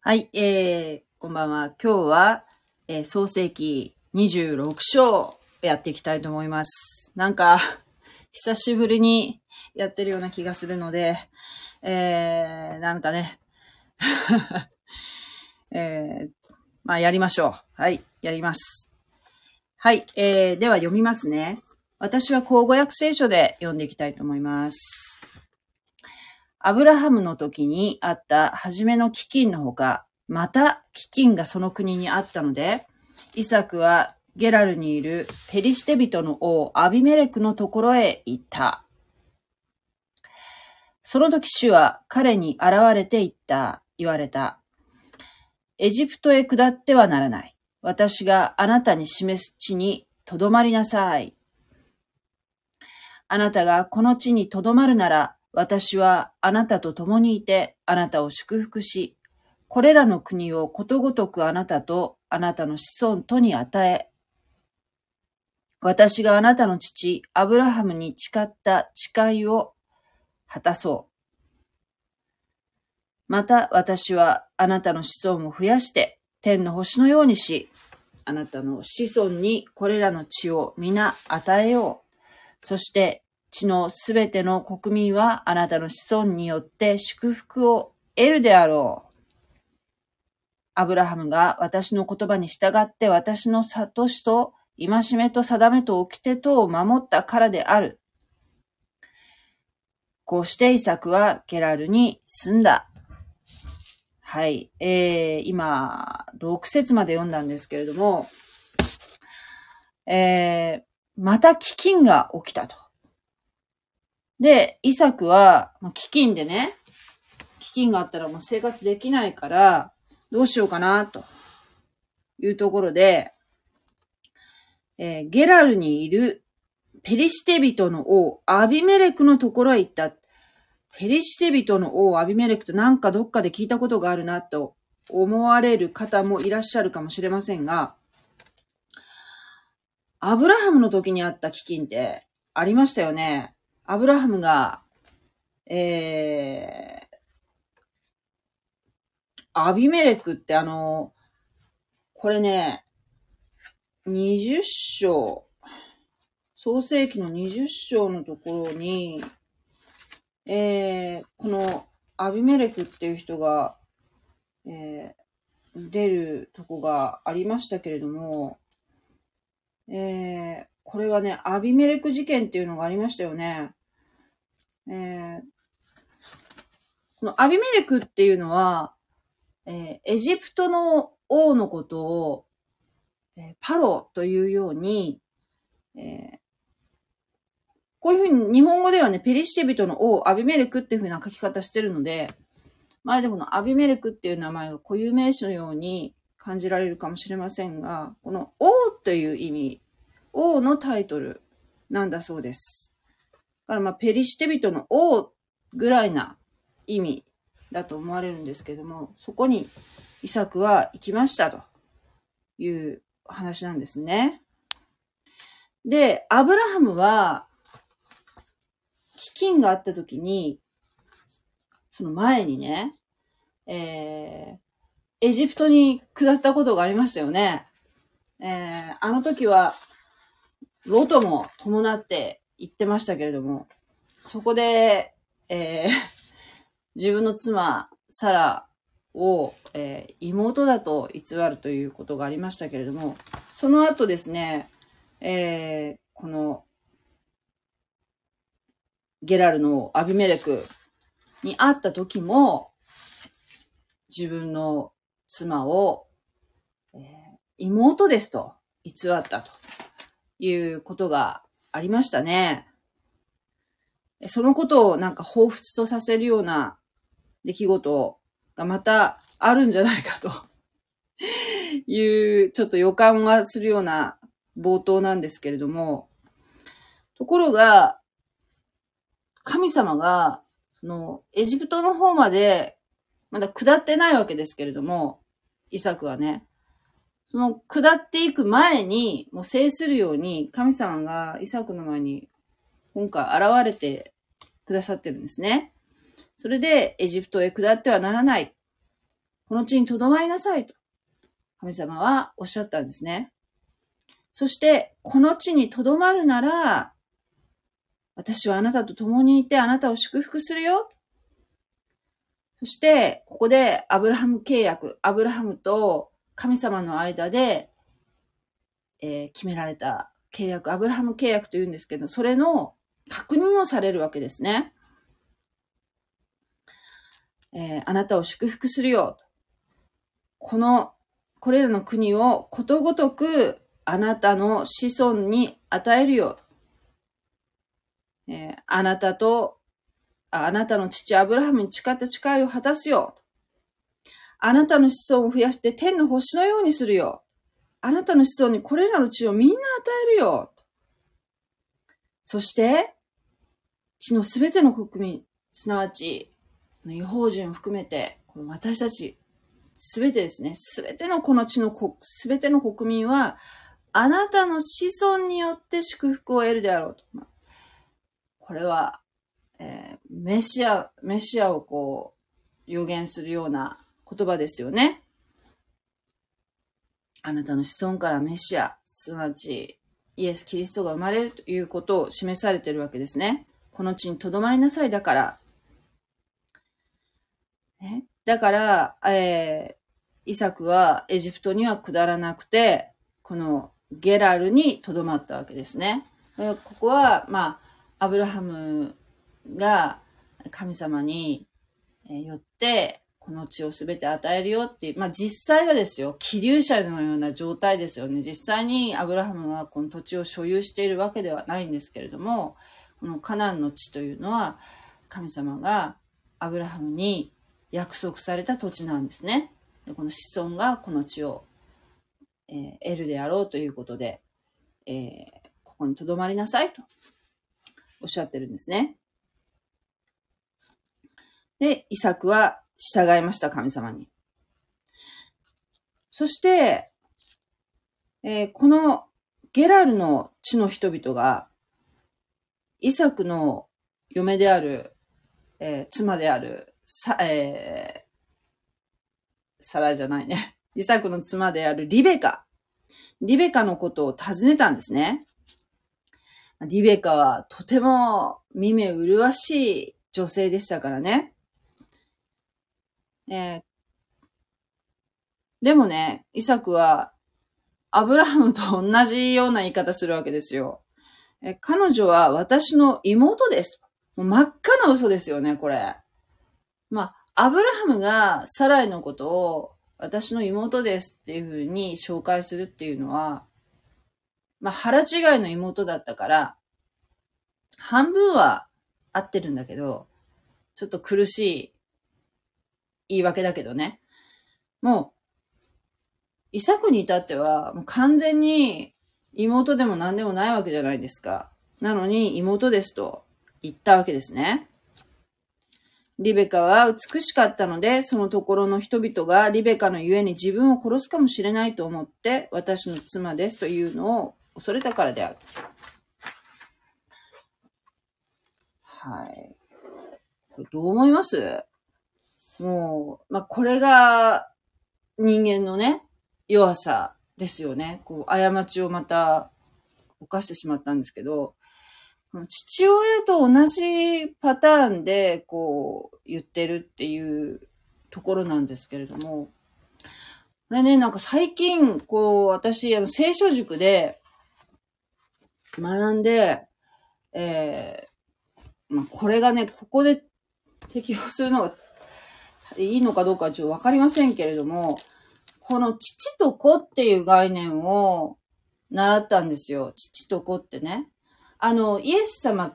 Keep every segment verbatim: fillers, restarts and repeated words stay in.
はい、えー、こんばんは。今日は、えー、創世記にじゅうろく章やっていきたいと思います。なんか、久しぶりにやってるような気がするので、えー、なんかね、えー、まあやりましょう。はい、やります。はい、えー、では読みますね。私は口語訳聖書で読んでいきたいと思います。アブラハムの時にあった初めの飢饉のほか、また飢饉がその国にあったので、イサクはゲラルにいるペリシテ人の王アビメレクのところへ行った。その時主は彼に現れて言った、言われた。エジプトへ下ってはならない。私があなたに示す地にとどまりなさい。あなたがこの地にとどまるなら、私はあなたと共にいて、あなたを祝福し、これらの国をことごとくあなたとあなたの子孫とに与え、私があなたの父アブラハムに誓った誓いを果たそう。また私はあなたの子孫を増やして天の星のようにし、あなたの子孫にこれらの地を皆与えよう。そして地のすべての国民はあなたの子孫によって祝福を得るであろう。アブラハムが私の言葉に従って私の諭しと戒めと定めと掟とを守ったからである。こうしてイサクはゲラルに住んだ。はい。えー、今、ろく節まで読んだんですけれども、えー、また飢饉が起きたと。で、イサクは、飢饉でね、飢饉があったらもう生活できないから、どうしようかな、というところで、えー、ゲラルにいるペリシテ人の王アビメレクのところへ行った。ペリシテ人の王アビメレクとなんかどっかで聞いたことがあるなと思われる方もいらっしゃるかもしれませんが、アブラハムの時にあった飢饉ってありましたよね。アブラハムが、えー、アビメレクってあの、これね、にじゅっ章、創世記のにじゅっ章のところに、えー、このアビメレクっていう人が、えー、出るとこがありましたけれども、えー、これはね、アビメレク事件っていうのがありましたよね。えー、このアビメレクっていうのは、えー、エジプトの王のことを、えー、パロというように、えー、こういうふうに日本語ではね、ペリシテ人の王アビメレクっていうふうな書き方してるので、前でこのアビメレクっていう名前が固有名詞のように感じられるかもしれませんが、この王という意味、王のタイトルなんだそうです。だからまあペリシテ人の王ぐらいな意味だと思われるんですけども、そこにイサクは行きましたという話なんですね。で、アブラハムは飢饉があった時に、その前にね、えー、エジプトに下ったことがありましたよね。えー、あの時は、ロトも伴って行ってましたけれども、そこで、えー、自分の妻、サラを、えー、妹だと偽るということがありましたけれども、その後ですね、えー、この、ゲラルのアビメレクに会った時も、自分の妻を、えー、妹ですと偽ったということがありましたね。そのことをなんか彷彿とさせるような出来事がまたあるんじゃないかというちょっと予感がするような冒頭なんですけれども、ところが神様がそのエジプトの方までまだ下ってないわけですけれども、イサクはね、その下っていく前にもう制するように神様がイサクの前に今回現れてくださってるんですね。それでエジプトへ下ってはならない。 この地に留まりなさいと、神様はおっしゃったんですね。そして、この地に留まるなら、私はあなたと共にいてあなたを祝福するよ。そして、ここでアブラハム契約、アブラハムと神様の間で、えー、決められた契約、アブラハム契約というんですけど、それの確認をされるわけですね。えー、あなたを祝福するよ。この、これらの国をことごとくあなたの子孫に与えるよ。えー、あなたとあ、あなたの父アブラハムに誓った誓いを果たすよ。あなたの子孫を増やして天の星のようにするよ。あなたの子孫にこれらの地をみんな与えるよ。そして、地のすべての国民、すなわち、異邦人を含めて、この私たち、すべてですね、すべてのこの地のすべての国民は、あなたの子孫によって祝福を得るであろうと。これは、えー、メシア、メシアをこう、予言するような言葉ですよね。あなたの子孫からメシア、すなわちイエス・キリストが生まれるということを示されているわけですね。この地に留まりなさいだから。ね、だから、えー、イサクはエジプトには下らなくて、このゲラルに留まったわけですね。ここは、まあ、アブラハムが神様によって、この地をすべて与えるよっていう、まあ実際はですよ、寄留者のような状態ですよね。実際にアブラハムはこの土地を所有しているわけではないんですけれども、このカナンの地というのは、神様がアブラハムに約束された土地なんですね。でこの子孫がこの地を、えー、得るであろうということで、えー、ここに留まりなさいとおっしゃってるんですね。で、イサクは従いました、神様に。そして、えー、このゲラルの地の人々が、イサクの嫁である、えー、妻である、さ、えー、サラじゃないね。イサクの妻であるリベカ。リベカのことを尋ねたんですね。リベカはとても見目麗しい女性でしたからね。えー、でもね、イサクはアブラハムと同じような言い方するわけですよ。えー、彼女は私の妹です。もう真っ赤な嘘ですよね、これ。まあ、アブラハムがサライのことを私の妹ですっていう風に紹介するっていうのは、まあ、腹違いの妹だったから、半分は合ってるんだけど、ちょっと苦しい言い訳だけどね。もう、イサクに至っては、もう完全に妹でも何でもないわけじゃないですか。なのに妹ですと言ったわけですね。リベカは美しかったので、そのところの人々がリベカのゆえに自分を殺すかもしれないと思って、私の妻ですというのを恐れたからである。はい。これどう思います？もう、まあ、これが人間のね、弱さですよね。こう、過ちをまた犯してしまったんですけど、父親と同じパターンで、こう、言ってるっていうところなんですけれども、これね、なんか最近、こう、私、あの、聖書塾で学んで、えー、まあ、これがね、ここで適用するのがいいのかどうかはちょっとわかりませんけれども、この父と子っていう概念を習ったんですよ。父と子ってね。あの、イエス様って、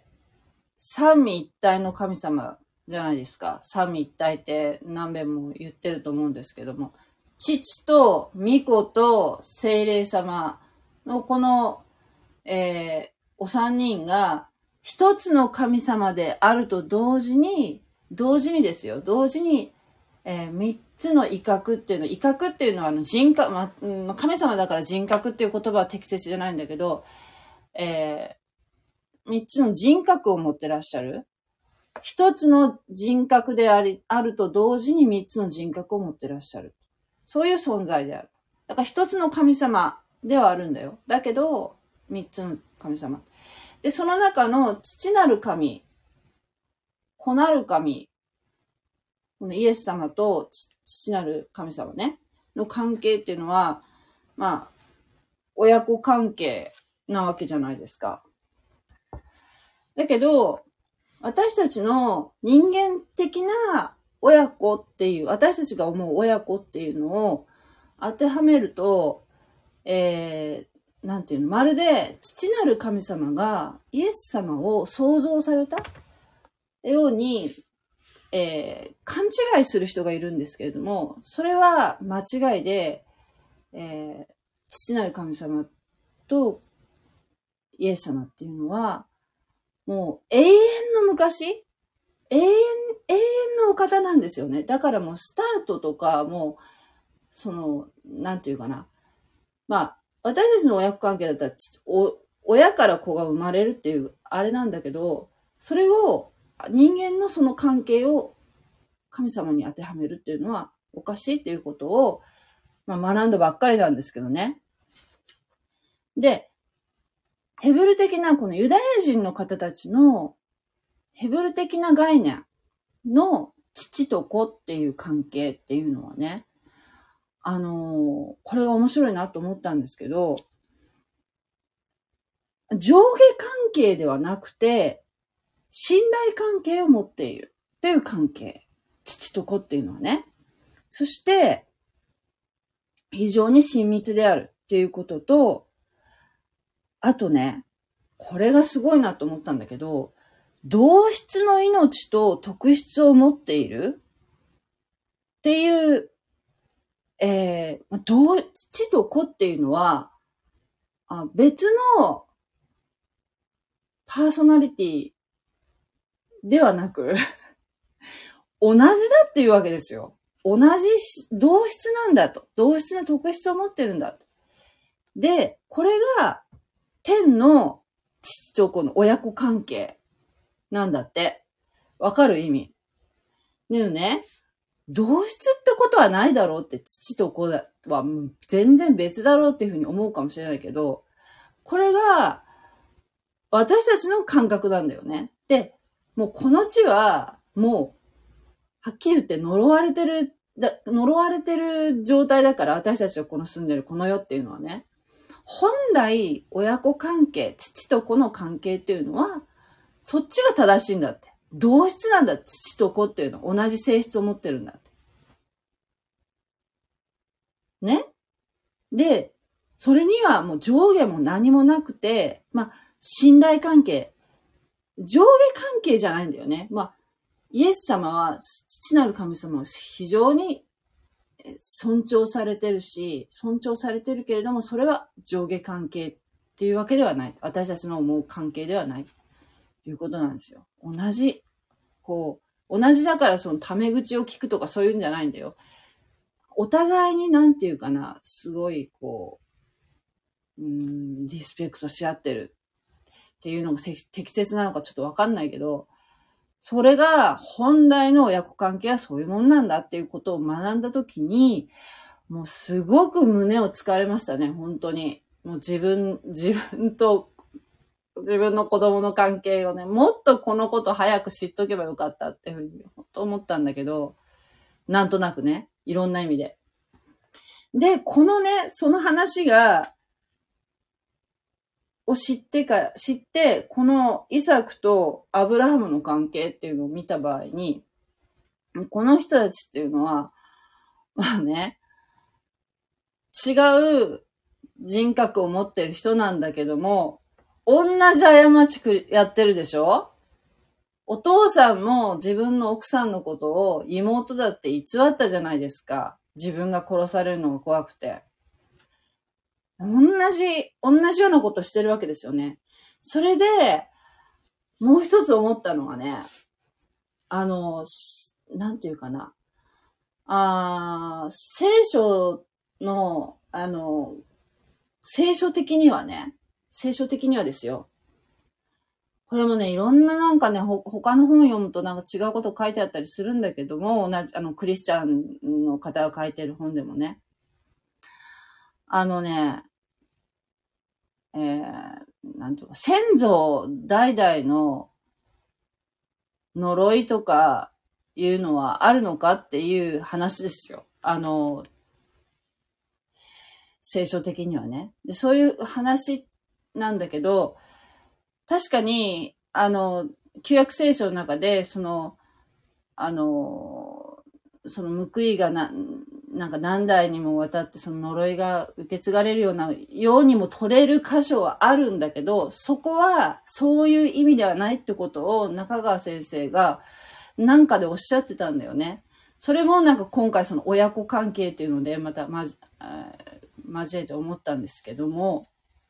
三位一体の神様じゃないですか。三位一体って何遍も言ってると思うんですけども、父と御子と聖霊様のこの、えー、お三人が一つの神様であると同時に、同時にですよ、同時に、えー、三つの威嚇っていうの、威嚇っていうのはあの人格、まあ、神様だから人格っていう言葉は適切じゃないんだけど、えー、三つの人格を持ってらっしゃる。 一つの人格であり、あると同時に三つの人格を持ってらっしゃる。そういう存在である。だから一つの神様ではあるんだよ。だけど、三つの神様。で、その中の父なる神、子なる神、このイエス様と父なる神様ね、の関係っていうのは、まあ、親子関係なわけじゃないですか。だけど、私たちの人間的な親子っていう、私たちが思う親子っていうのを当てはめると、えー、なんていうの、まるで父なる神様がイエス様を創造されたように、えー、勘違いする人がいるんですけれども、それは間違いで、えー、父なる神様とイエス様っていうのは、もう永遠の昔、永遠、永遠のお方なんですよね。だからもうスタートとか、もう、その、なんていうかな。まあ、私たちの親子関係だったら、お、親から子が生まれるっていう、あれなんだけど、それを、人間のその関係を神様に当てはめるっていうのはおかしいっていうことを、まあ、学んだばっかりなんですけどね。で、ヘブル的なこのユダヤ人の方たちのヘブル的な概念の父と子っていう関係っていうのはね、あのー、これが面白いなと思ったんですけど、上下関係ではなくて、信頼関係を持っているっていう関係。父と子っていうのはね。そして、非常に親密であるっていうことと、あとね、これがすごいなと思ったんだけど、同質の命と特質を持っているっていう、えー、同、父と子っていうのは、あ別のパーソナリティではなく、同じだっていうわけですよ。同じ同質なんだと。同質な特質を持ってるんだと。で、これが天の父と子の親子関係なんだって。わかる意味。でもね、同質ってことはないだろうって、父と子は全然別だろうっていうふうに思うかもしれないけど、これが私たちの感覚なんだよね。で、もうこの地はもうはっきり言って呪われてる、だ呪われてる状態だから私たちがこの住んでるこの世っていうのはね、本来親子関係、父と子の関係っていうのはそっちが正しいんだって。同質なんだ、父と子っていうのは同じ性質を持ってるんだって。ね。で、それにはもう上下も何もなくて、まあ、信頼関係。上下関係じゃないんだよね。まあ、イエス様は、父なる神様を非常に尊重されてるし、尊重されてるけれども、それは上下関係っていうわけではない。私たちの思う関係ではない。ということなんですよ。同じ、こう、同じだからそのタメ口を聞くとかそういうんじゃないんだよ。お互いになんていうかな、すごいこう、うーん、リスペクトし合ってるっていうのが適切なのかちょっとわかんないけど、それが本来の親子関係はそういうもんなんだっていうことを学んだときに、もうすごく胸をつかれましたね、本当に。もう自分、自分と、自分の子供の関係をね、もっとこのこと早く知っとけばよかったっていうふうに本当思ったんだけど、なんとなくね、いろんな意味で。で、このね、その話が、を知ってか、知って、このイサクとアブラハムの関係っていうのを見た場合に、この人たちっていうのは、まあね、違う人格を持ってる人なんだけども、同じ過ちやってるでしょ？お父さんも自分の奥さんのことを妹だって偽ったじゃないですか。自分が殺されるのが怖くて。同じ、同じようなことしてるわけですよね。それで、もう一つ思ったのはね、あの、なんていうかな。あ聖書の、あの、聖書的にはね、聖書的にはですよ。 これもね、いろんななんかね、ほ、他の本読むとなんか違うこと書いてあったりするんだけども、同じ、あの、クリスチャンの方が書いてる本でもね。あのね、えー、なんていうか、先祖代々の呪いとかいうのはあるのかっていう話ですよ。あの、聖書的にはね。で、そういう話なんだけど、確かに、あの、旧約聖書の中で、その、あの、その報いがな、なんか何代にもわたってその呪いが受け継がれるようなようにも取れる箇所はあるんだけど、そこはそういう意味ではないってことを中川先生がなんかでおっしゃってたんだよね。それもなんか今回その親子関係っていうのでまたまじ、交えて思ったんですけども、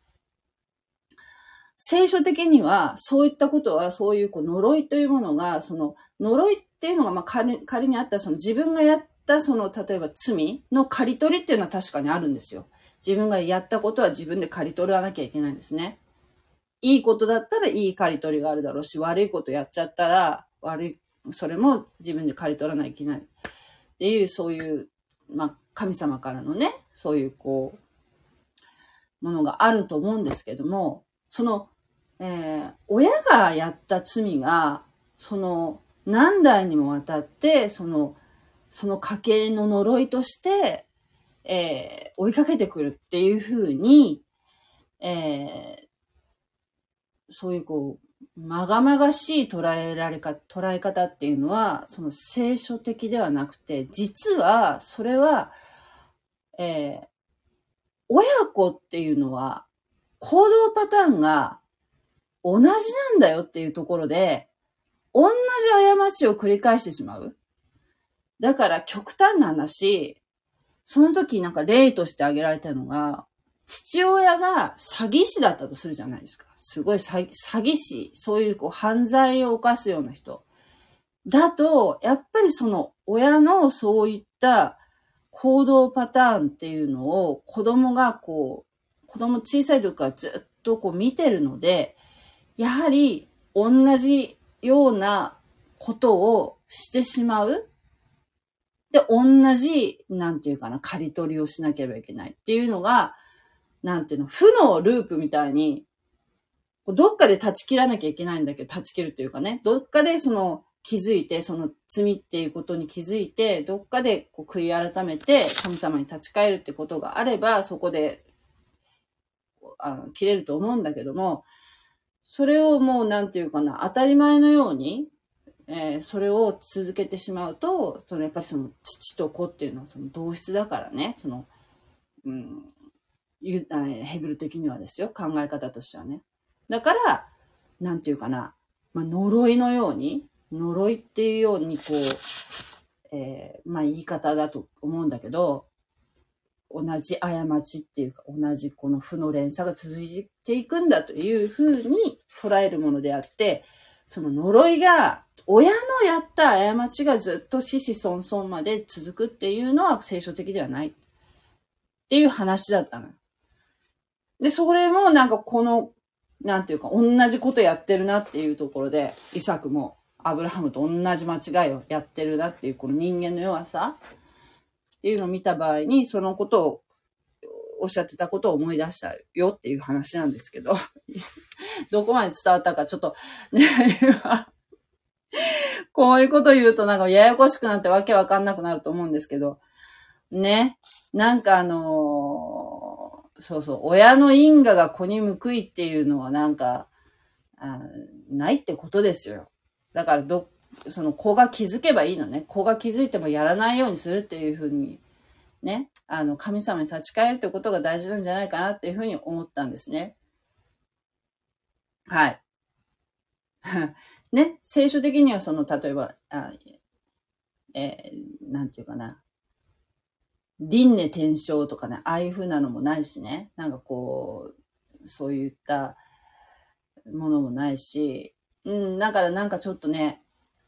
聖書的にはそういったことはそういうこう呪いというものが、その呪いっていうのがまあ仮仮にあったその自分がやったその例えば罪の刈り取りっていうのは確かにあるんですよ。自分がやったことは自分で刈り取らなきゃいけないんですね。いいことだったらいい刈り取りがあるだろうし、悪いことやっちゃったら悪い、それも自分で刈り取らなきゃいけないっていう、そういう、まあ神様からのね、そういうこう、ものがあると思うんですけども、その、えー、親がやった罪が、その、何代にもわたって、その、その家系の呪いとして、えー、追いかけてくるっていうふうに、えー、そういうこう、まがまがしい捉えられか、捉え方っていうのは、その聖書的ではなくて、実は、それは、えー、親子っていうのは、行動パターンが同じなんだよっていうところで、同じ過ちを繰り返してしまう。だから極端な話、その時なんか例として挙げられたのが、父親が詐欺師だったとするじゃないですか。すごい詐欺師、そういうこう犯罪を犯すような人。だと、やっぱりその親のそういった行動パターンっていうのを子供がこう、子供小さい時からずっとこう見てるので、やはり同じようなことをしてしまう。で、同じ、なんていうかな、刈り取りをしなければいけないっていうのが、なんていうの、負のループみたいに、どっかで断ち切らなきゃいけないんだけど、断ち切るっていうかね、どっかでその気づいて、その罪っていうことに気づいて、どっかでこう悔い改めて神様に立ち返るってことがあれば、そこで、あの、切れると思うんだけども、それをもうなんていうかな、当たり前のように、えー、それを続けてしまうと、そのやっぱりその父と子っていうのはその同質だからね、その、うん、ヘブル的にはですよ、考え方としてはね。だから、なんていうかな、まあ、呪いのように、呪いっていうようにこう、えー、まあ言い方だと思うんだけど、同じ過ちっていうか、同じこの負の連鎖が続いていくんだというふうに捉えるものであって、その呪いが、親のやった過ちがずっと子々孫々まで続くっていうのは聖書的ではないっていう話だったの。で、それもなんかこの、なんていうか、同じことやってるなっていうところで、イサクもアブラハムと同じ間違いをやってるなっていう、この人間の弱さっていうのを見た場合に、そのことを、おっしゃってたことを思い出したよっていう話なんですけど、どこまで伝わったかちょっと、ね、こういうこと言うとなんかややこしくなってわけわかんなくなると思うんですけど、ね、なんかあのー、そうそう、親の因果が子に報いっていうのはなんか、あないってことですよ。だからど、その子が気づけばいいのね。子が気づいてもやらないようにするっていうふうに、ね、あの、神様に立ち返るってことが大事なんじゃないかなっていうふうに思ったんですね。はい。ね、聖書的にはその、例えば、あえー、なんていうかな。輪廻転生とかね、ああいう風なのもないしね。なんかこう、そういったものもないし、うん、だからなんかちょっとね、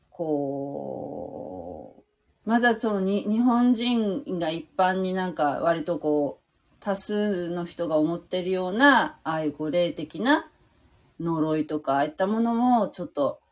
こう、まだそのに日本人が一般になんか割とこう、多数の人が思ってるような、ああいうこう霊的な呪いとか、ああいったものもちょっと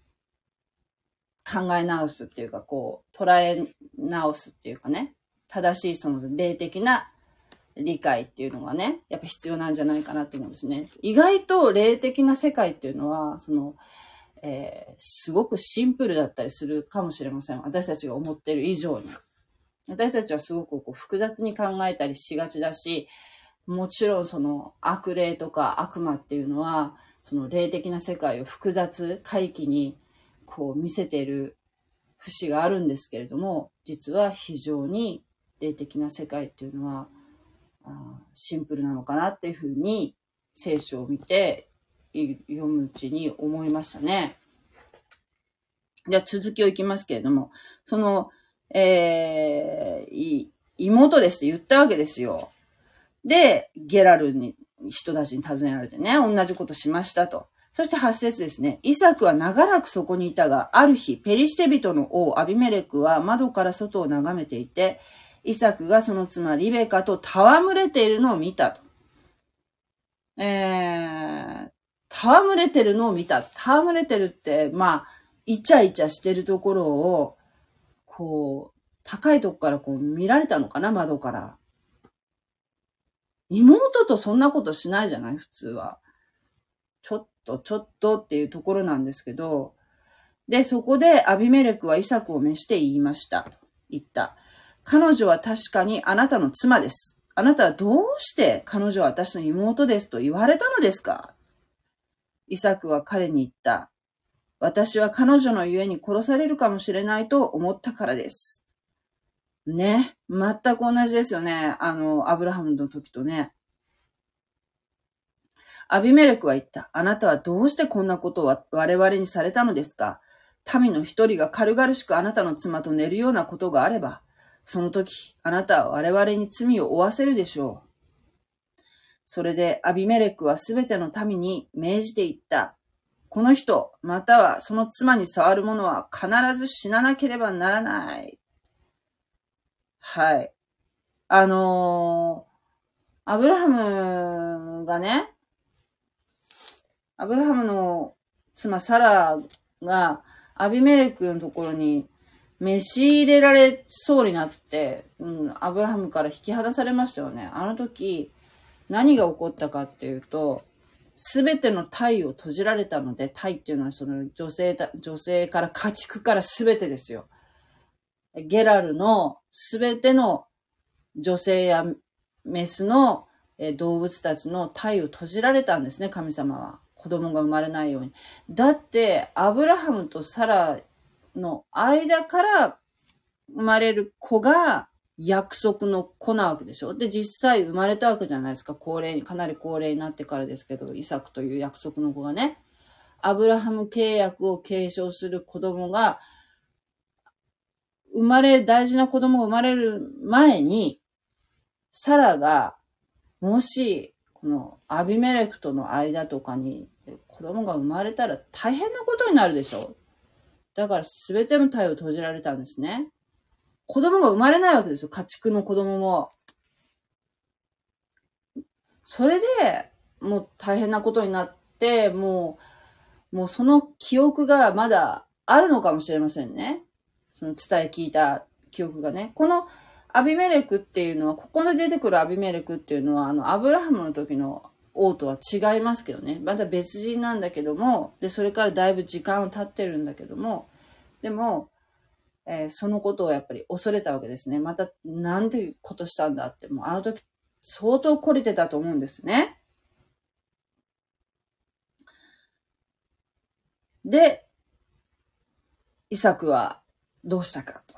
考え直すっていうか、こう、捉え直すっていうかね、正しいその霊的な理解っていうのがね、やっぱ必要なんじゃないかなと思うんですね。意外と霊的な世界っていうのは、その、えー、すごくシンプルだったりするかもしれません。私たちが思ってる以上に。私たちはすごくこう複雑に考えたりしがちだし、もちろんその悪霊とか悪魔っていうのは、その霊的な世界を複雑、回帰にこう見せている節があるんですけれども、実は非常に霊的な世界っていうのはシンプルなのかなっていうふうに聖書を見て読むうちに思いましたね。じゃあ続きをいきますけれども、その、えー、妹ですって言ったわけですよ。で、ゲラルに、人たちに尋ねられてね、同じことしましたと。そしてはち節ですね。イサクは長らくそこにいたが、ある日、ペリシテ人の王アビメレクは窓から外を眺めていて、イサクがその妻リベカと戯れているのを見たと。えー、戯れてるのを見た。戯れてるって、まあ、イチャイチャしてるところを、こう、高いとこからこう見られたのかな、窓から。妹とそんなことしないじゃない普通は。ちょっと、ちょっとっていうところなんですけど、で、そこでアビメレクはイサクを召して言いました。言った。彼女は確かにあなたの妻です。あなたはどうして彼女は私の妹ですと言われたのですか？イサクは彼に言った。私は彼女のゆえに殺されるかもしれないと思ったからです。ね。全く同じですよね。あの、アブラハムの時とね。アビメレクは言った。あなたはどうしてこんなことを我々にされたのですか？民の一人が軽々しくあなたの妻と寝るようなことがあれば、その時、あなたは我々に罪を負わせるでしょう。それでアビメレクはすべての民に命じて言った。この人、またはその妻に触る者は必ず死ななければならない。はい。あのー、アブラハムがね、アブラハムの妻サラがアビメレクのところに召し入れられそうになって、うん、アブラハムから引き離されましたよね。あの時、何が起こったかっていうと、すべての体を閉じられたので、体っていうのはその女性だ、女性から家畜からすべてですよ。ゲラルのすべての女性やメスの動物たちの体を閉じられたんですね、神様は。子供が生まれないように。だって、アブラハムとサラの間から生まれる子が約束の子なわけでしょ。で、実際生まれたわけじゃないですか。高齢に、かなり高齢になってからですけど、イサクという約束の子がね。アブラハム契約を継承する子供が、生まれ、大事な子供が生まれる前に、サラが、もし、このアビメレクとの間とかに子供が生まれたら大変なことになるでしょ。だから全ての体を閉じられたんですね。子供が生まれないわけですよ。家畜の子供も。それで、もう大変なことになって、もう、もうその記憶がまだあるのかもしれませんね。その伝え聞いた記憶がね。このアビメレクっていうのは、ここで出てくるアビメレクっていうのは、あの、アブラハムの時の王とは違いますけどね。また別人なんだけども、で、それからだいぶ時間を経ってるんだけども、でも、えー、そのことをやっぱり恐れたわけですね。また、なんてことしたんだって、もうあの時、相当懲りてたと思うんですね。で、イサクはどうしたかと。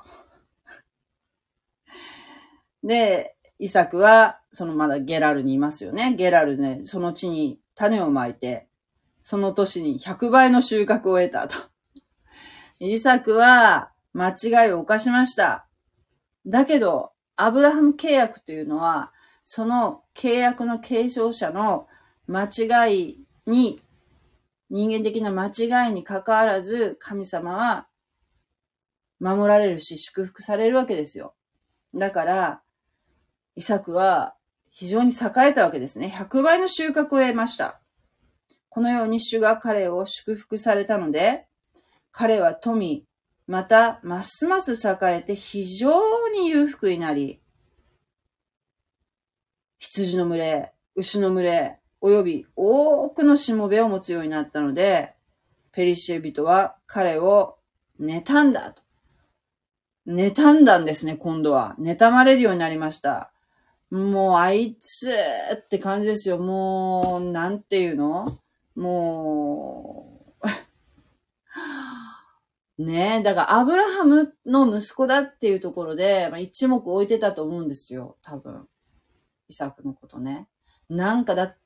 で、イサクは、そのまだゲラルにいますよね。ゲラルね、その地に種をまいて、その年にひゃくばいの収穫を得たと。イサクは間違いを犯しました。だけど、アブラハム契約というのは、その契約の継承者の間違いに、人間的な間違いに関わらず、神様は守られるし、祝福されるわけですよ。だから、イサクは非常に栄えたわけですね。ひゃくばいの収穫を得ました。 このように主が彼を祝福されたので、彼は富、またますます栄えて非常に裕福になり、羊の群れ、牛の群れ、および多くのしもべを持つようになったので、ペリシテ人は彼を妬んだと。妬んだんですね、今度は。妬まれるようになりました。もうあいつって感じですよ。もう、なんていうの？もう、ねえ、だからアブラハムの息子だっていうところで、まあ、一目置いてたと思うんですよ、多分。イサクのことね。なんかだって、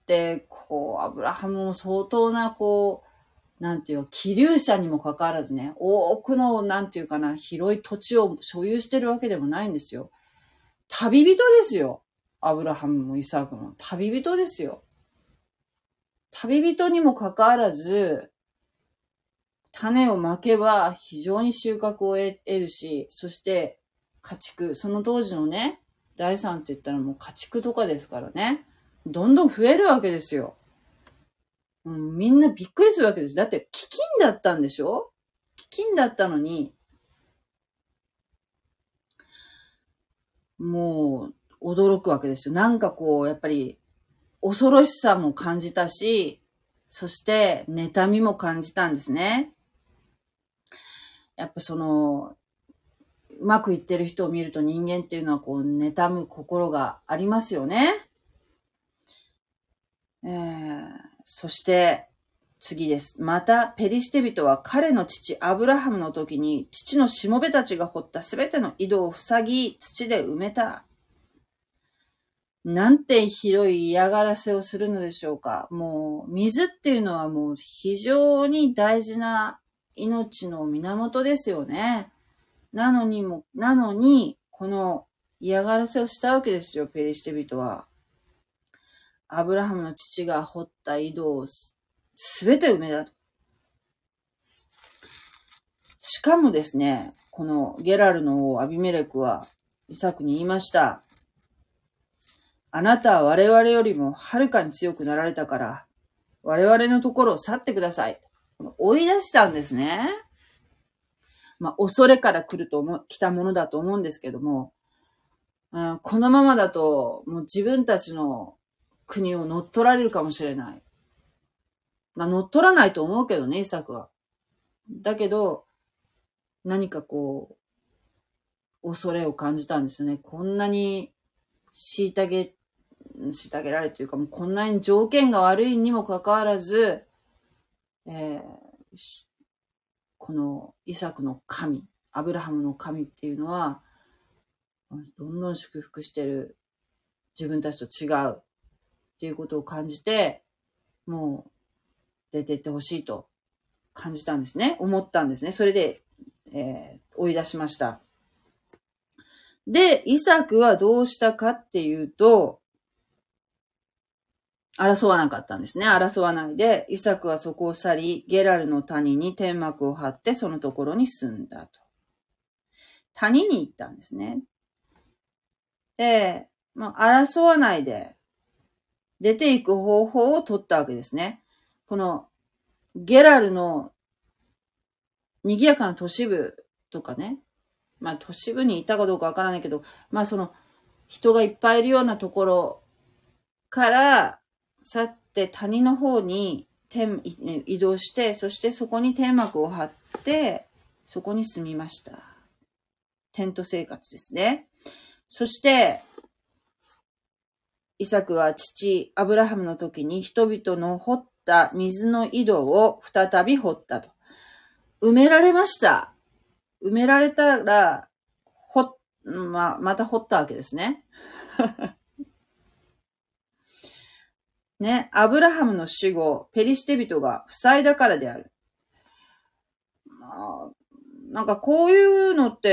こう、アブラハムも相当な、こう、なんていうか、気流者にもかかわらずね、多くの、なんていうかな、広い土地を所有してるわけでもないんですよ。旅人ですよ。アブラハムもイサクも。旅人ですよ。旅人にもかかわらず、種をまけば非常に収穫を得るし、そして家畜、その当時のね、財産って言ったらもう家畜とかですからね、どんどん増えるわけですよ。うん、みんなびっくりするわけです。だって飢饉だったんでしょ？飢饉だったのに、もう驚くわけですよ。なんかこう、やっぱり恐ろしさも感じたし、そして妬みも感じたんですね。やっぱその、うまくいってる人を見ると人間っていうのはこう、妬む心がありますよね。えー、そして、次です。また、ペリシテ人は彼の父アブラハムの時に、父のしもべたちが掘ったすべての井戸を塞ぎ、土で埋めた。なんてひどい嫌がらせをするのでしょうか。もう、水っていうのはもう非常に大事な命の源ですよね。なのにも、なのに、この嫌がらせをしたわけですよ、ペリシテ人は。アブラハムの父が掘った井戸をすべて埋めたと。しかもですね、このゲラルの王アビメレクはイサクに言いました。あなたは我々よりもはるかに強くなられたから、我々のところを去ってください。追い出したんですね。まあ、恐れから来ると思、来たものだと思うんですけども、うん、このままだと、もう自分たちの国を乗っ取られるかもしれない。まあ、乗っ取らないと思うけどね、イサクは。だけど、何かこう、恐れを感じたんですよね。こんなに虐げ、虐げられるというか、もうこんなに条件が悪いにもかかわらず、えー、このイサクの神、アブラハムの神っていうのは、どんどん祝福してる自分たちと違うっていうことを感じて、もう出てってほしいと感じたんですね。思ったんですね。それで、えー、追い出しました。で、イサクはどうしたかっていうと、争わなかったんですね。争わないで、イサクはそこを去り、ゲラルの谷に天幕を張ってそのところに住んだと。谷に行ったんですね。で、まあ、争わないで、出ていく方法を取ったわけですね。この、ゲラルの賑やかな都市部とかね、まあ都市部にいたかどうかわからないけど、まあその人がいっぱいいるようなところから去って谷の方に移動して、そしてそこに天幕を張って、そこに住みました。テント生活ですね。そして、イサクは父アブラハムの時に人々の掘った水の井戸を再び掘ったと。埋められました。埋められたら、ほ、まあ、また掘ったわけですね。ね、アブラハムの死後、ペリシテ人が塞いだからである。まあ、なんかこういうのって、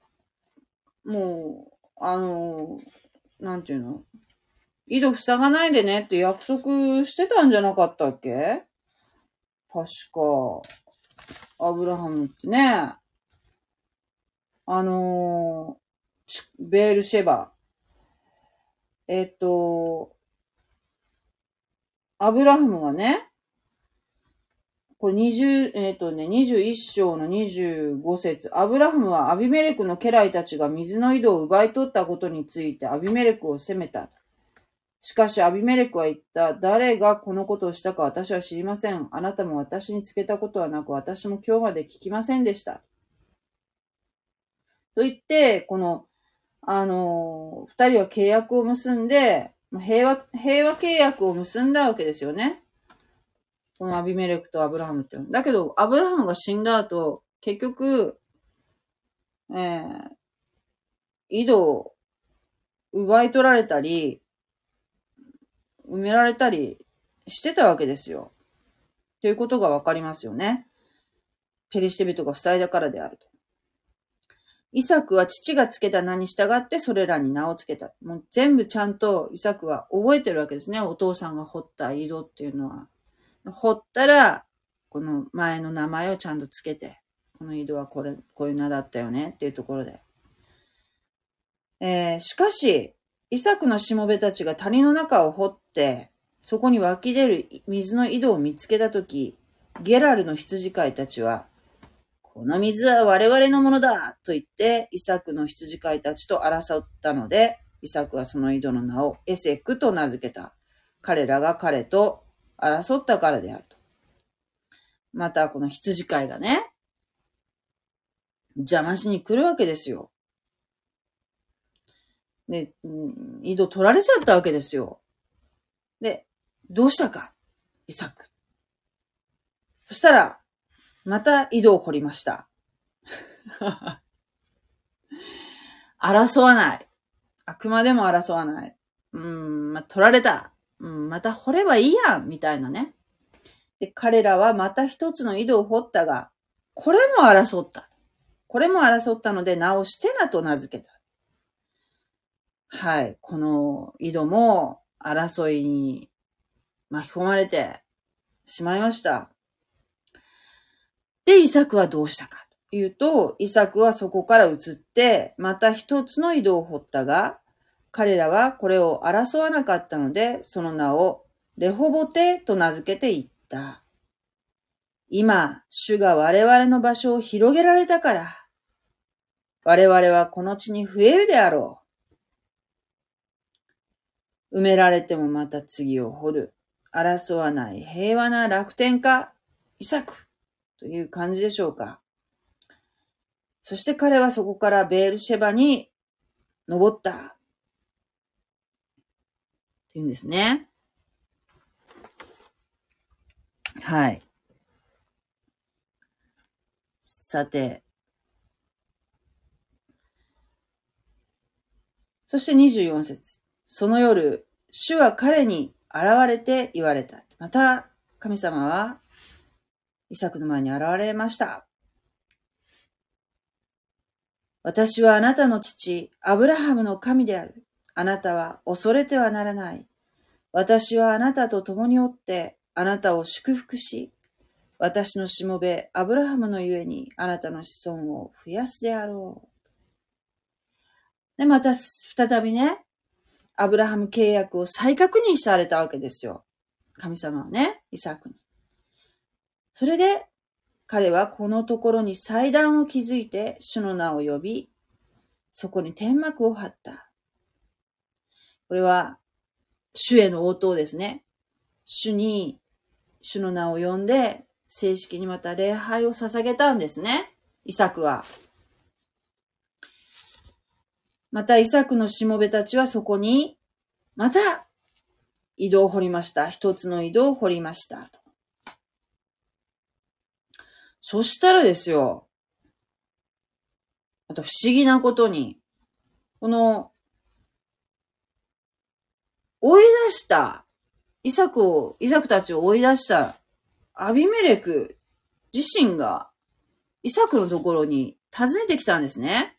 もう、あの、なんていうの？井戸塞がないでねって約束してたんじゃなかったっけ？確か、アブラハムってね、あのー、ベールシェバ。えっと、アブラハムがね、 これにじゅう、えっとね、にじゅういっ章のにじゅうご節。アブラハムはアビメレクの家来たちが水の井戸を奪い取ったことについてアビメレクを責めた。しかしアビメレクは言った。誰がこのことをしたか私は知りません。あなたも私に告げたことはなく、私も今日まで聞きませんでした。と言って、この、あの、二人は契約を結んで、平和、平和契約を結んだわけですよね。このアビメレクとアブラハムって。だけど、アブラハムが死んだ後、結局、えー、井戸を奪い取られたり、埋められたりしてたわけですよ。ということがわかりますよね。ペリシテ人が塞いだからであると。イサクは父がつけた名に従ってそれらに名をつけた。もう全部ちゃんとイサクは覚えてるわけですね。お父さんが掘った井戸っていうのは。掘ったら、この前の名前をちゃんとつけて、この井戸はこれ、こういう名だったよねっていうところで。えー、しかし、イサクのしもべたちが谷の中を掘って、そこに湧き出る水の井戸を見つけたとき、ゲラルの羊飼いたちは、この水は我々のものだと言って、イサクの羊飼いたちと争ったので、イサクはその井戸の名をエセクと名付けた。彼らが彼と争ったからであると。また、この羊飼いがね、邪魔しに来るわけですよ。で、井戸取られちゃったわけですよ。で、どうしたかイサク。そしたら、また井戸を掘りました。争わない。あくまでも争わない。うーん、まあ、取られた。うん、また掘ればいいやん、みたいなね。で、彼らはまた一つの井戸を掘ったが、これも争った。これも争ったので、名をシテナと名付けた。はい。この井戸も争いに巻き込まれてしまいました。で、イサクはどうしたかというと、イサクはそこから移って、また一つの井戸を掘ったが、彼らはこれを争わなかったので、その名をレホボテと名付けて言った。今、主が我々の場所を広げられたから、我々はこの地に増えるであろう。埋められてもまた次を掘る。争わない平和な楽天家、イサク。という感じでしょうか。そして彼はそこからベールシェバに登った。っていうんですね。はい。さて。そしてにじゅうよん節。その夜、主は彼に現れて言われた。また神様はイサクの前に現れました。私はあなたの父、アブラハムの神である。あなたは恐れてはならない。私はあなたと共におって、あなたを祝福し、私のしもべ、アブラハムのゆえに、あなたの子孫を増やすであろう。で、また、再びね、アブラハム契約を再確認されたわけですよ。神様はね、イサクに。それで、彼はこのところに祭壇を築いて、主の名を呼び、そこに天幕を張った。これは、主への応答ですね。主に、主の名を呼んで、正式にまた礼拝を捧げたんですね。イサクは。またイサクのしもべたちはそこに、また、井戸を掘りました。一つの井戸を掘りました。そしたらですよ、また不思議なことに、この、追い出した、イサクを、イサクたちを追い出したアビメレク自身が、イサクのところに訪ねてきたんですね。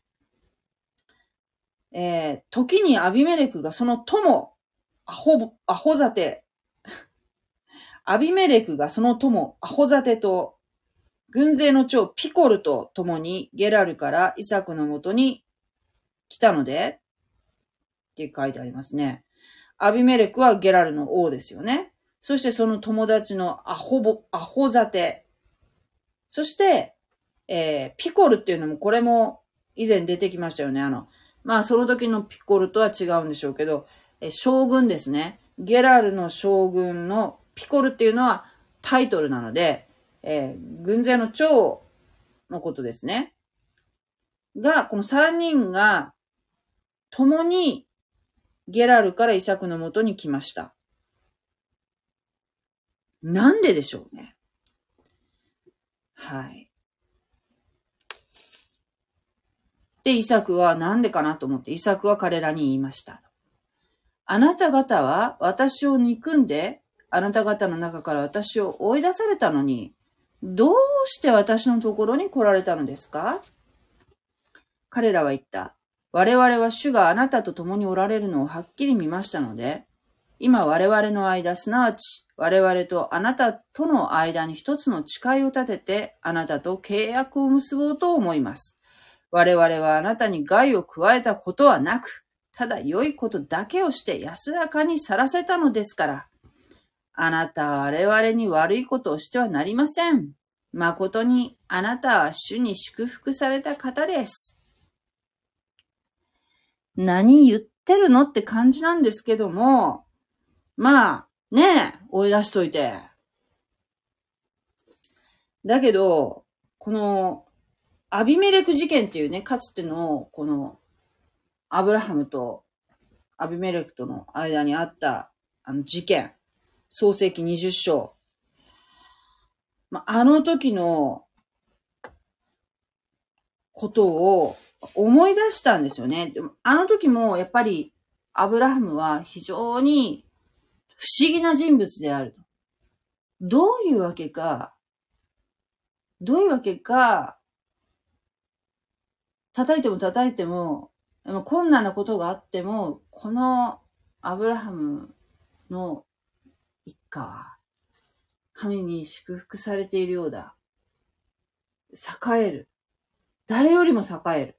えー、時にアビメレクがその友、アホ、アホザテ、アビメレクがその友、アホザテと、軍勢の長ピコルと共にゲラルからイサクのもとに来たので、って書いてありますね。アビメレクはゲラルの王ですよね。そしてその友達のアホボ、アホザテそして、えー、ピコルっていうのも、これも以前出てきましたよね。あの、まあその時のピコルとは違うんでしょうけど、えー、将軍ですね。ゲラルの将軍のピコルっていうのはタイトルなので、えー、軍勢の長のことですね。が、この三人が共にゲラルからイサクのもとに来ました。なんででしょうね。はい。で、イサクはなんでかなと思って、イサクは彼らに言いました。あなた方は私を憎んで、あなた方の中から私を追い出されたのに、どうして私のところに来られたのですか？彼らは言った。我々は主があなたと共におられるのをはっきり見ましたので、今我々の間、すなわち我々とあなたとの間に一つの誓いを立てて、あなたと契約を結ぼうと思います。我々はあなたに害を加えたことはなく、ただ良いことだけをして安らかに去らせたのですから、あなたは我々に悪いことをしてはなりません。誠にあなたは主に祝福された方です。何言ってるのって感じなんですけども、まあ、ねえ、追い出しといて。だけど、この、アビメレク事件っていうね、かつての、この、アブラハムとアビメレクとの間にあった、あの事件、創世記にじゅっ章。まあ、あの時のことを思い出したんですよね。でもあの時もやっぱりアブラハムは非常に不思議な人物であると。どういうわけか、どういうわけか、叩いても叩いても、困難なことがあっても、このアブラハムの一家は神に祝福されているようだ。栄える。誰よりも栄える。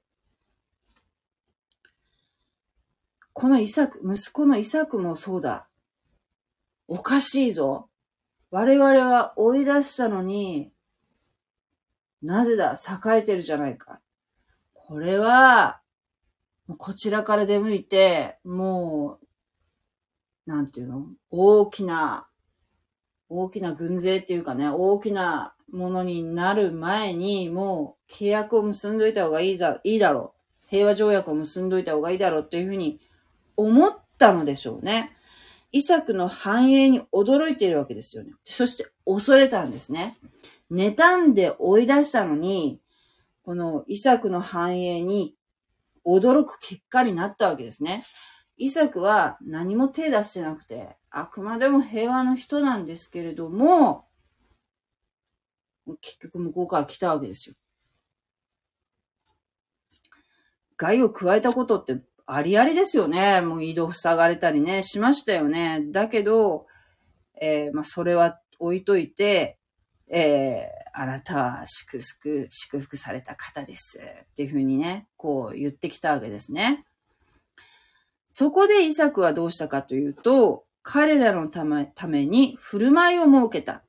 このイサク、息子のイサクもそうだ。おかしいぞ。我々は追い出したのに、なぜだ、栄えてるじゃないか。これは、こちらから出向いて、もう、なんていうの？大きな、大きな軍勢っていうかね、大きなものになる前に、もう契約を結んどいた方がいいだ、いいだろう。平和条約を結んどいた方がいいだろうっていうふうに思ったのでしょうね。イサクの繁栄に驚いているわけですよね。そして恐れたんですね。妬んで追い出したのに、このイサクの繁栄に驚く結果になったわけですね。イサクは何も手出してなくて、あくまでも平和の人なんですけれども、結局向こうから来たわけですよ。害を加えたことってありありですよね。もう井戸塞がれたりね、しましたよね。だけど、えー、まあ、それは置いといて、えー、あなたは祝福、祝福された方です。っていうふうにね、こう言ってきたわけですね。そこでイサクはどうしたかというと、彼らのため、ために振る舞いを設けた。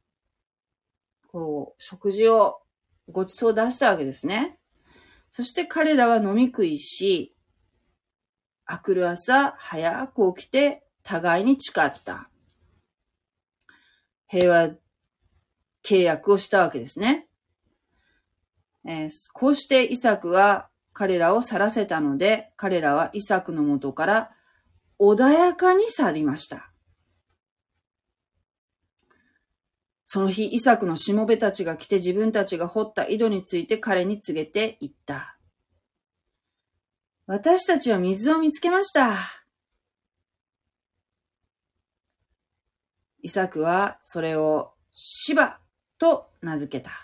こう、食事をごちそう出したわけですね。そして彼らは飲み食いし、あくる朝早く起きて互いに誓った。平和契約をしたわけですね。えー、こうしてイサクは彼らを去らせたので、彼らはイサクの元から穏やかに去りました。その日、イサクのしもべたちが来て自分たちが掘った井戸について彼に告げて言った。私たちは水を見つけました。イサクはそれをシバと名付けた。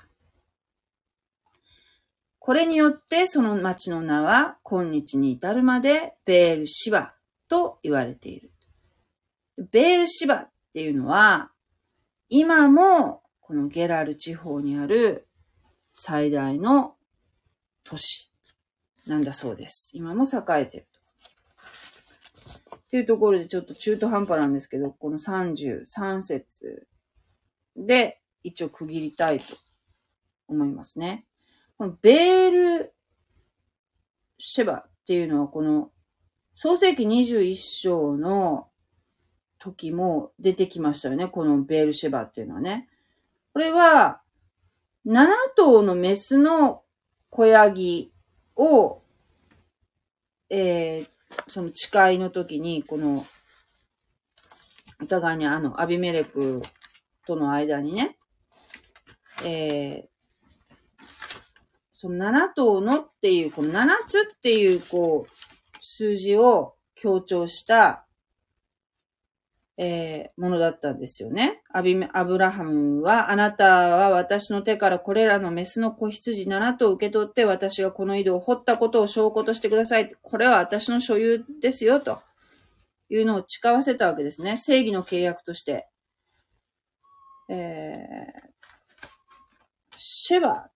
これによってその町の名は今日に至るまでベールシバと言われている。ベールシバっていうのは今もこのゲラル地方にある最大の都市なんだそうです。今も栄えていると。っていうところでちょっと中途半端なんですけど、このさんじゅうさん節で一応区切りたいと思いますね。このベールシェバっていうのはこの創世記にじゅういっ章の時も出てきましたよね。このベールシェバっていうのはね。これはなな頭のメスの子ヤギを、えー、その誓いの時にこのお互いにあのアビメレクとの間にね、えー、そのなな頭のっていう、このななつっていう、こう、数字を強調した、えー、ものだったんですよね。アビメ、アブラハムは、あなたは私の手からこれらのメスの子羊なな頭を受け取って、私がこの井戸を掘ったことを証拠としてください。これは私の所有ですよ、というのを誓わせたわけですね。正義の契約として。えー、シェバ、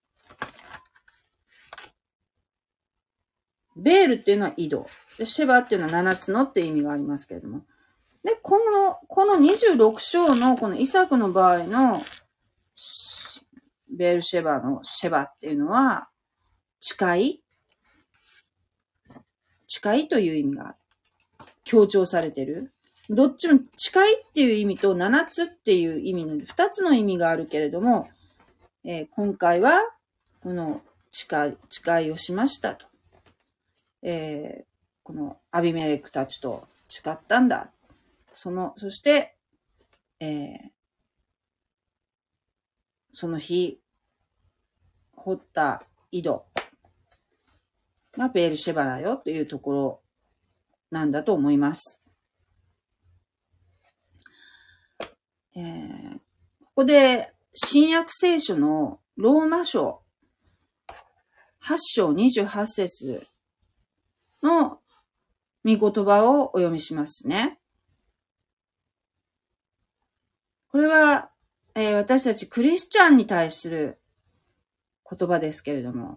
ベールっていうのは井戸。で、シェバっていうのは七つのっていう意味がありますけれども。で、この、このにじゅうろく章のこのイサクの場合のベールシェバのシェバっていうのは、誓い誓いという意味が強調されてる。どっちも誓いっていう意味と七つっていう意味の二つの意味があるけれども、えー、今回はこの誓い、誓いをしましたと。えー、このアビメレクたちと誓ったんだ。その、そして、えー、その日、掘った井戸がベールシェバだよというところなんだと思います。えー、ここで新約聖書のローマ書はち章にじゅうはち節の御言葉をお読みしますね。これは、えー、私たちクリスチャンに対する言葉ですけれども、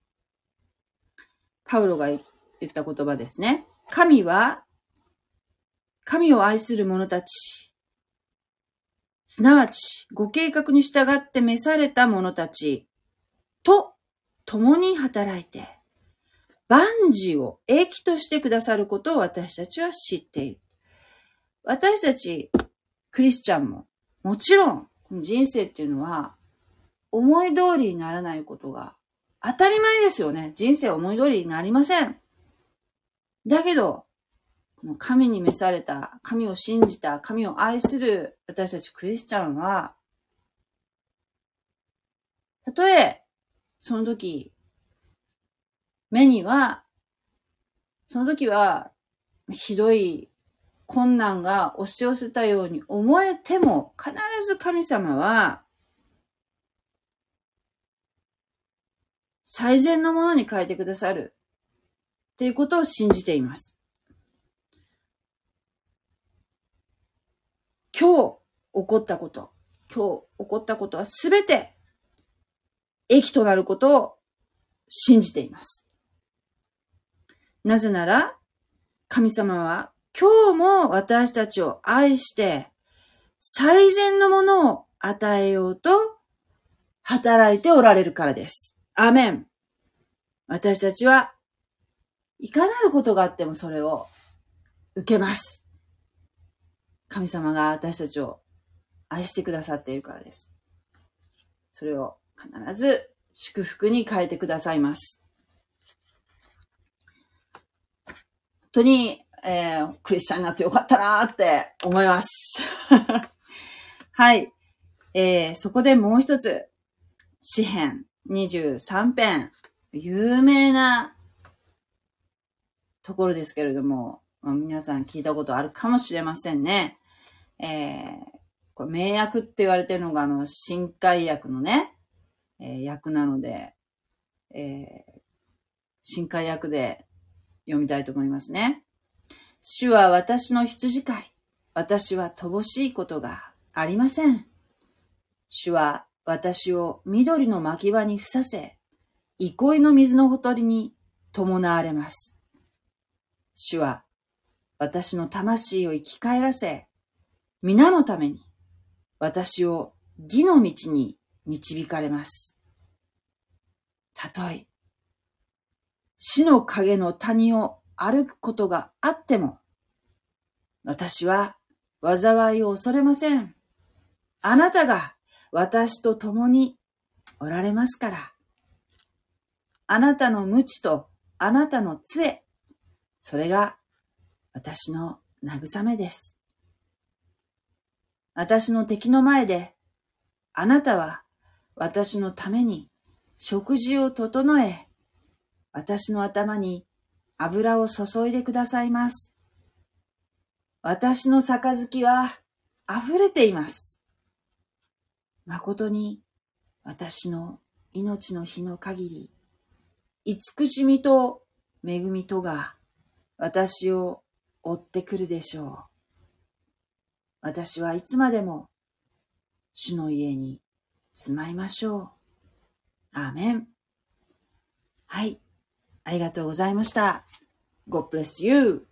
パウロが言った言葉ですね。神は、神を愛する者たち、すなわち、ご計画に従って召された者たちと共に働いて、万事を益としてくださることを私たちは知っている。私たち、クリスチャンも、もちろん、人生っていうのは、思い通りにならないことが当たり前ですよね。人生は思い通りになりません。だけど、神に召された、神を信じた、神を愛する私たちクリスチャンは、たとえ、その時、目には、その時は、ひどい困難が押し寄せたように思えても、必ず神様は、最善のものに変えてくださるっていうことを信じています。今日起こったこと、今日起こったことはすべて益となることを信じています。なぜなら、神様は今日も私たちを愛して最善のものを与えようと働いておられるからです。アーメン。私たちはいかなることがあってもそれを受けます。神様が私たちを愛してくださっているからです。それを必ず祝福に変えてくださいます。本当に、えー、クリスチャンになってよかったなーって思います。はい、えー。そこでもう一つ、詩編にじゅうさん編、有名なところですけれども、まあ、皆さん聞いたことあるかもしれませんね。えー、これ名訳って言われてるのがあの新海訳のね、えー、訳なので、えー、新海訳で読みたいと思いますね。主は私の羊飼い、私は乏しいことがありません。主は私を緑の牧場にふさせ、憩いの水のほとりに伴われます。主は私の魂を生き返らせ、皆のために私を義の道に導かれます。 たとえ、死の影の谷を歩くことがあっても、私は災いを恐れません。あなたが私と共におられますから。あなたの鞭とあなたの杖、それが私の慰めです。私の敵の前で、あなたは私のために食事を整え、私の頭に油を注いでくださいます。私の杯は溢れています。誠に私の命の日の限り、慈しみと恵みとが私を追ってくるでしょう。私はいつまでも主の家に住まいましょう。アーメン。はい。ありがとうございました。God bless you.